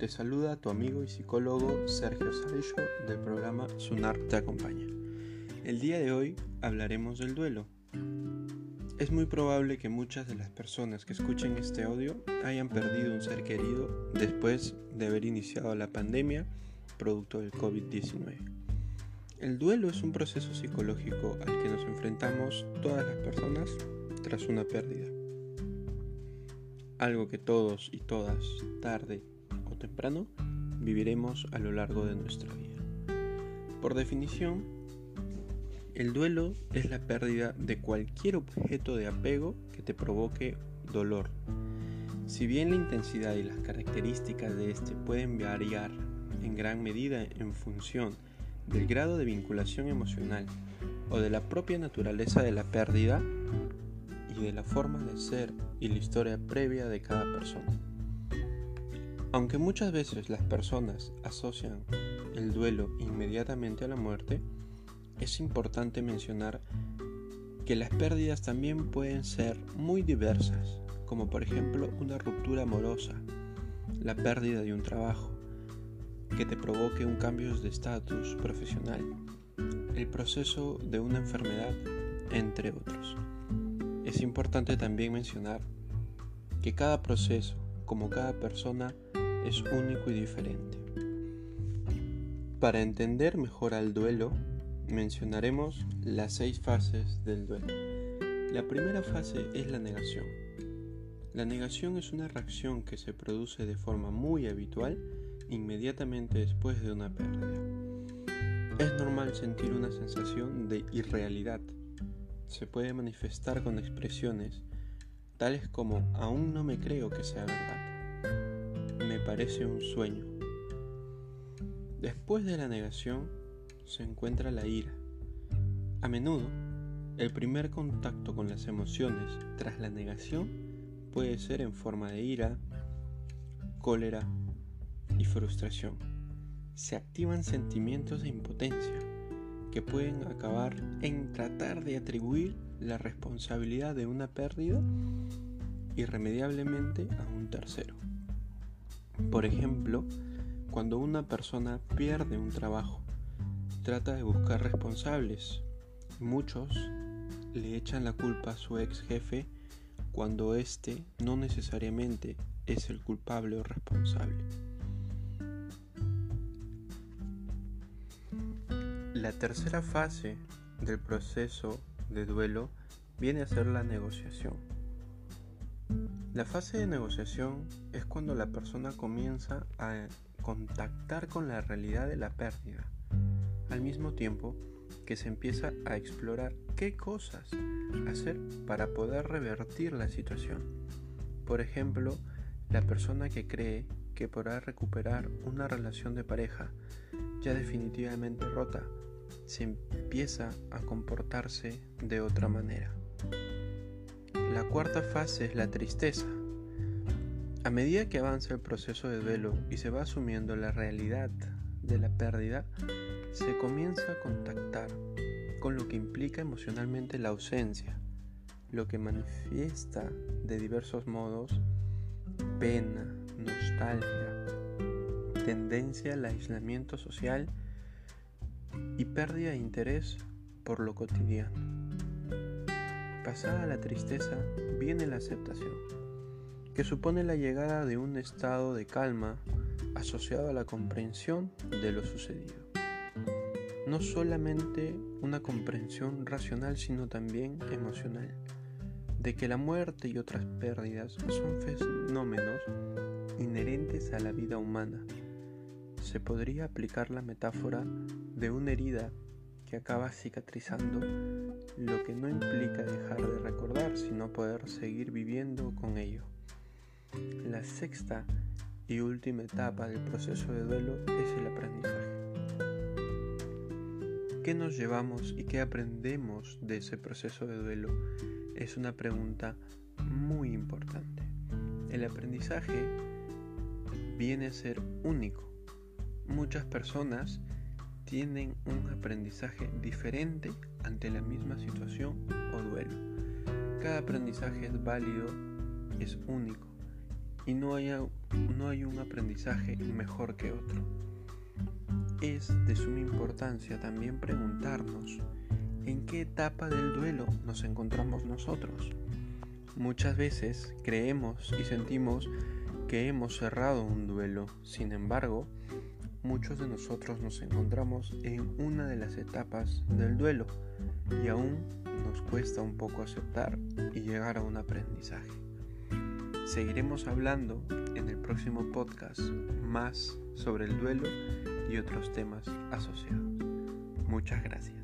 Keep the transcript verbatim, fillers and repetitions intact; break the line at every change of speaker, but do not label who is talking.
saluda tu amigo y psicólogo Sergio Salcho del programa Sunar te acompaña. El día de hoy hablaremos del duelo. Es muy probable que muchas de las personas que escuchen este audio hayan perdido un ser querido después de haber iniciado la pandemia producto del covid diecinueve. El duelo es un proceso psicológico al que nos enfrentamos todas las personas tras una pérdida. Algo que todos y todas, tarde o temprano, viviremos a lo largo de nuestra vida. Por definición, el duelo es la pérdida de cualquier objeto de apego que te provoque dolor. Si bien la intensidad y las características de este pueden variar en gran medida en función del grado de vinculación emocional o de la propia naturaleza de la pérdida y de la forma de ser y la historia previa de cada persona. Aunque muchas veces las personas asocian el duelo inmediatamente a la muerte, es importante mencionar que las pérdidas también pueden ser muy diversas, como por ejemplo una ruptura amorosa, la pérdida de un trabajo, que te provoque un cambio de estatus profesional, el proceso de una enfermedad, entre otros. Es importante también mencionar que cada proceso, como cada persona, es único y diferente. Para entender mejor al duelo, mencionaremos las seis fases del duelo. La primera fase es la negación. La negación es una reacción que se produce de forma muy habitual inmediatamente después de una pérdida. Es normal sentir una sensación de irrealidad. Se puede manifestar con expresiones tales como aún no me creo que sea verdad, me parece un sueño. Después de la negación se encuentra la ira. A menudo, el primer contacto con las emociones tras la negación puede ser en forma de ira, cólera y frustración. Se activan sentimientos de impotencia que pueden acabar en tratar de atribuir la responsabilidad de una pérdida irremediablemente a un tercero. Por ejemplo, cuando una persona pierde un trabajo, trata de buscar responsables. Muchos le echan la culpa a su ex jefe cuando éste no necesariamente es el culpable o responsable. La tercera fase del proceso de duelo viene a ser la negociación. La fase de negociación es cuando la persona comienza a contactar con la realidad de la pérdida, al mismo tiempo que se empieza a explorar qué cosas hacer para poder revertir la situación. Por ejemplo, la persona que cree que podrá recuperar una relación de pareja ya definitivamente rota, se empieza a comportarse de otra manera. La cuarta fase es la tristeza. A medida que avanza el proceso de duelo y se va asumiendo la realidad de la pérdida, se comienza a contactar con lo que implica emocionalmente la ausencia, lo que manifiesta de diversos modos pena, nostalgia, tendencia al aislamiento social y pérdida de interés por lo cotidiano. Pasada la tristeza viene la aceptación, que supone la llegada de un estado de calma asociado a la comprensión de lo sucedido. No solamente una comprensión racional, sino también emocional, de que la muerte y otras pérdidas son fenómenos inherentes a la vida humana. Se podría aplicar la metáfora de una herida que acaba cicatrizando, lo que no implica dejar de recordar, sino poder seguir viviendo con ello. La sexta y última etapa del proceso de duelo es el aprendizaje. ¿Qué nos llevamos y qué aprendemos de ese proceso de duelo? Es una pregunta muy importante. El aprendizaje viene a ser único. Muchas personas tienen un aprendizaje diferente ante la misma situación o duelo. Cada aprendizaje es válido, es único y no hay, no hay un aprendizaje mejor que otro. Es de suma importancia también preguntarnos en qué etapa del duelo nos encontramos nosotros. Muchas veces creemos y sentimos que hemos cerrado un duelo, sin embargo, muchos de nosotros nos encontramos en una de las etapas del duelo y aún nos cuesta un poco aceptar y llegar a un aprendizaje. Seguiremos hablando en el próximo podcast más sobre el duelo y otros temas asociados. Muchas gracias.